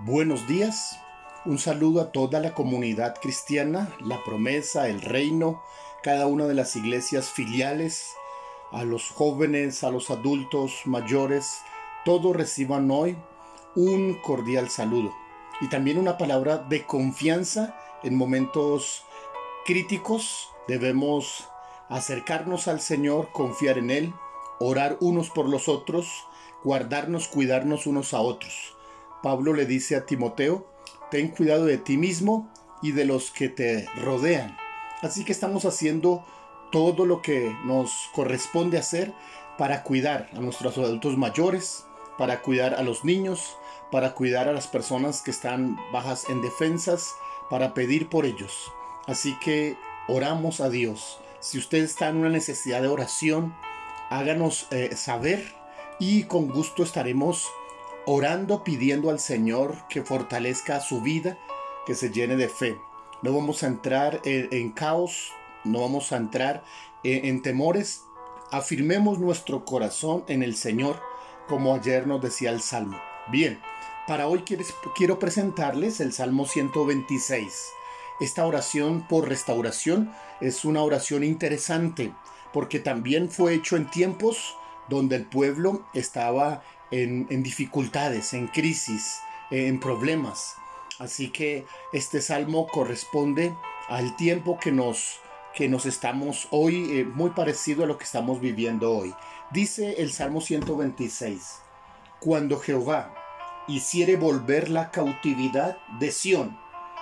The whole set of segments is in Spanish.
Buenos días, un saludo a toda la comunidad cristiana, La Promesa, El Reino, cada una de las iglesias filiales, a los jóvenes, a los adultos mayores, todos reciban hoy un cordial saludo y también una palabra de confianza en momentos críticos. Debemos acercarnos al Señor, confiar en Él, orar unos por los otros, guardarnos, cuidarnos unos a otros. Pablo le dice a Timoteo: ten cuidado de ti mismo y de los que te rodean. Así que estamos haciendo todo lo que nos corresponde hacer para cuidar a nuestros adultos mayores, para cuidar a los niños, para cuidar a las personas que están bajas en defensas, para pedir por ellos. Así que oramos a Dios. Si usted está en una necesidad de oración, háganos saber y con gusto estaremos orando, pidiendo al Señor que fortalezca su vida, que se llene de fe. No vamos a entrar en caos, no vamos a entrar en temores. Afirmemos nuestro corazón en el Señor, como ayer nos decía el Salmo. Bien, para hoy quiero presentarles el Salmo 126. Esta oración por restauración es una oración interesante, porque también fue hecho en tiempos donde el pueblo estaba en dificultades, en crisis, en problemas. Así que este salmo corresponde al tiempo que nos estamos hoy, muy parecido a lo que estamos viviendo hoy. Dice el Salmo 126: cuando Jehová hiciere volver la cautividad de Sión,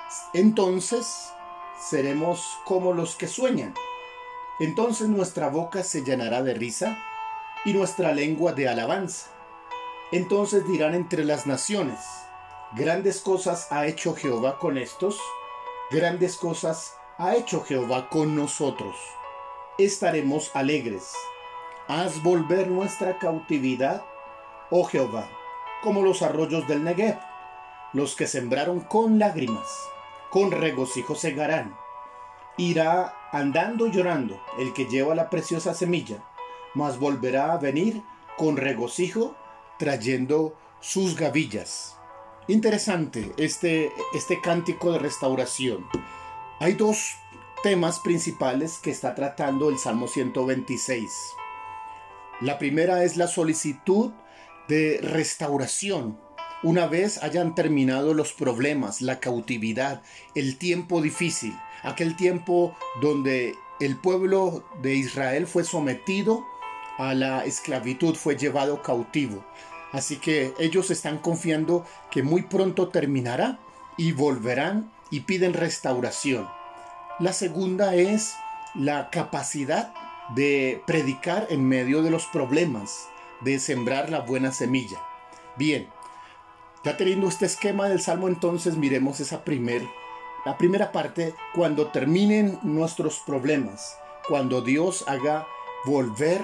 entonces seremos como los que sueñan. Entonces nuestra boca se llenará de risa y nuestra lengua de alabanza. Entonces dirán entre las naciones: grandes cosas ha hecho Jehová con estos, grandes cosas ha hecho Jehová con nosotros. Estaremos alegres. Haz volver nuestra cautividad, oh Jehová, como los arroyos del Negev. Los que sembraron con lágrimas, con regocijo segarán. Irá andando llorando el que lleva la preciosa semilla, mas volverá a venir con regocijo trayendo sus gavillas. Interesante este cántico de restauración. Hay dos temas principales que está tratando el Salmo 126. La primera es la solicitud de restauración. Una vez hayan terminado los problemas, la cautividad, el tiempo difícil, aquel tiempo donde el pueblo de Israel fue sometido a la esclavitud, fue llevado cautivo. Así que ellos están confiando que muy pronto terminará y volverán y piden restauración. La segunda es la capacidad de predicar en medio de los problemas, de sembrar la buena semilla. Bien, ya teniendo este esquema del Salmo, entonces miremos la primera parte: cuando terminen nuestros problemas, cuando Dios haga volver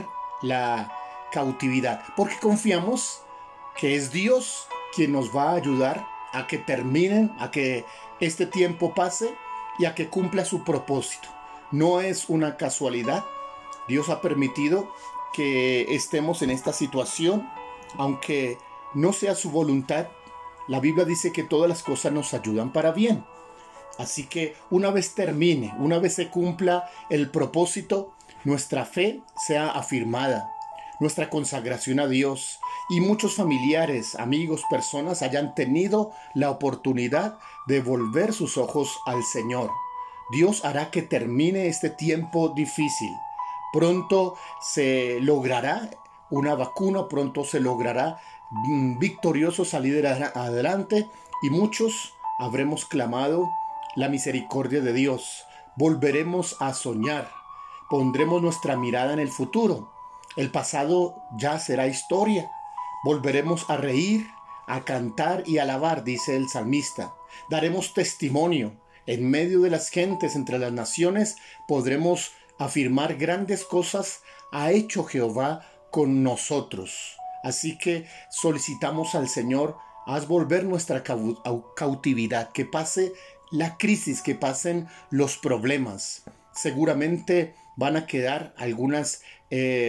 la cautividad, porque confiamos que es Dios quien nos va a ayudar a que terminen, a que este tiempo pase y a que cumpla su propósito. No es una casualidad. Dios ha permitido que estemos en esta situación, aunque no sea su voluntad. La Biblia dice que todas las cosas nos ayudan para bien. Así que una vez termine, una vez se cumpla el propósito, nuestra fe sea afirmada, nuestra consagración a Dios, y muchos familiares, amigos, personas hayan tenido la oportunidad de volver sus ojos al Señor. Dios hará que termine este tiempo difícil. Pronto se logrará una vacuna, pronto se logrará victorioso salir adelante, y muchos habremos clamado la misericordia de Dios. Volveremos a soñar, pondremos nuestra mirada en el futuro. El pasado ya será historia. Volveremos a reír, a cantar y a alabar, dice el salmista. Daremos testimonio en medio de las gentes, entre las naciones. Podremos afirmar: grandes cosas ha hecho Jehová con nosotros. Así que solicitamos al Señor: haz volver nuestra cautividad, que pase la crisis, que pasen los problemas. Seguramente van a quedar algunas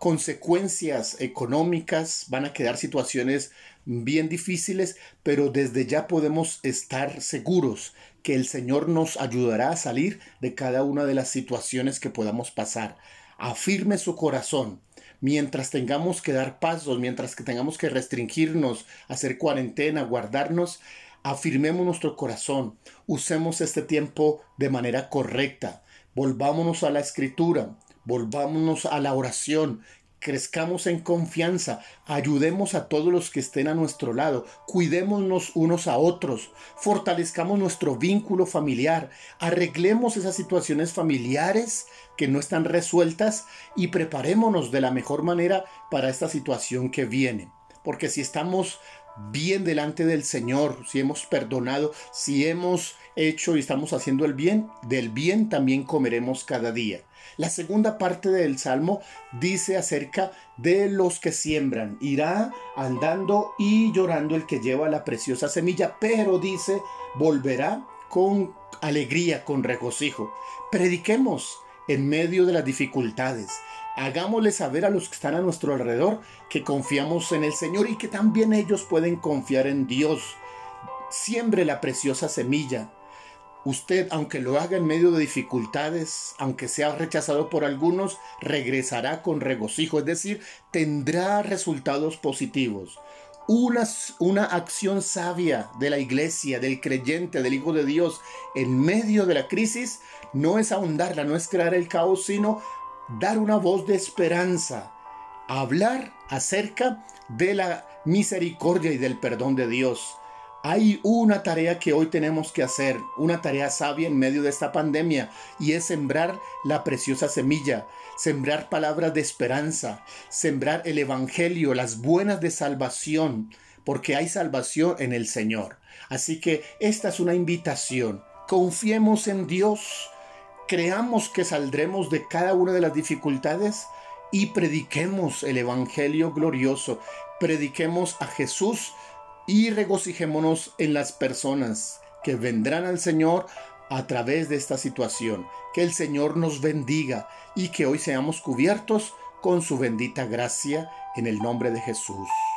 consecuencias económicas, van a quedar situaciones bien difíciles, pero desde ya podemos estar seguros que el Señor nos ayudará a salir de cada una de las situaciones que podamos pasar. Afirme su corazón. Mientras tengamos que dar pasos, mientras que tengamos que restringirnos, hacer cuarentena, guardarnos, afirmemos nuestro corazón. Usemos este tiempo de manera correcta. Volvámonos a la escritura, volvámonos a la oración, crezcamos en confianza, ayudemos a todos los que estén a nuestro lado, cuidémonos unos a otros, fortalezcamos nuestro vínculo familiar, arreglemos esas situaciones familiares que no están resueltas y preparémonos de la mejor manera para esta situación que viene. Porque si estamos bien delante del Señor, si hemos perdonado, si hemos hecho y estamos haciendo el bien, del bien también comeremos cada día. La segunda parte del Salmo dice acerca de los que siembran. Irá andando y llorando el que lleva la preciosa semilla, pero dice, volverá con alegría, con regocijo. Prediquemos en medio de las dificultades. Hagámosle saber a los que están a nuestro alrededor que confiamos en el Señor y que también ellos pueden confiar en Dios. Siembre la preciosa semilla. Usted, aunque lo haga en medio de dificultades, aunque sea rechazado por algunos, regresará con regocijo, es decir, tendrá resultados positivos. Una acción sabia de la iglesia, del creyente, del Hijo de Dios en medio de la crisis no es ahondarla, no es crear el caos, sino dar una voz de esperanza, hablar acerca de la misericordia y del perdón de Dios. Hay una tarea que hoy tenemos que hacer, una tarea sabia en medio de esta pandemia, y es sembrar la preciosa semilla, sembrar palabras de esperanza, sembrar el evangelio, las buenas de salvación, porque hay salvación en el Señor. Así que esta es una invitación. Confiemos en Dios, creamos que saldremos de cada una de las dificultades y prediquemos el evangelio glorioso, prediquemos a Jesús y regocijémonos en las personas que vendrán al Señor a través de esta situación. Que el Señor nos bendiga y que hoy seamos cubiertos con su bendita gracia en el nombre de Jesús.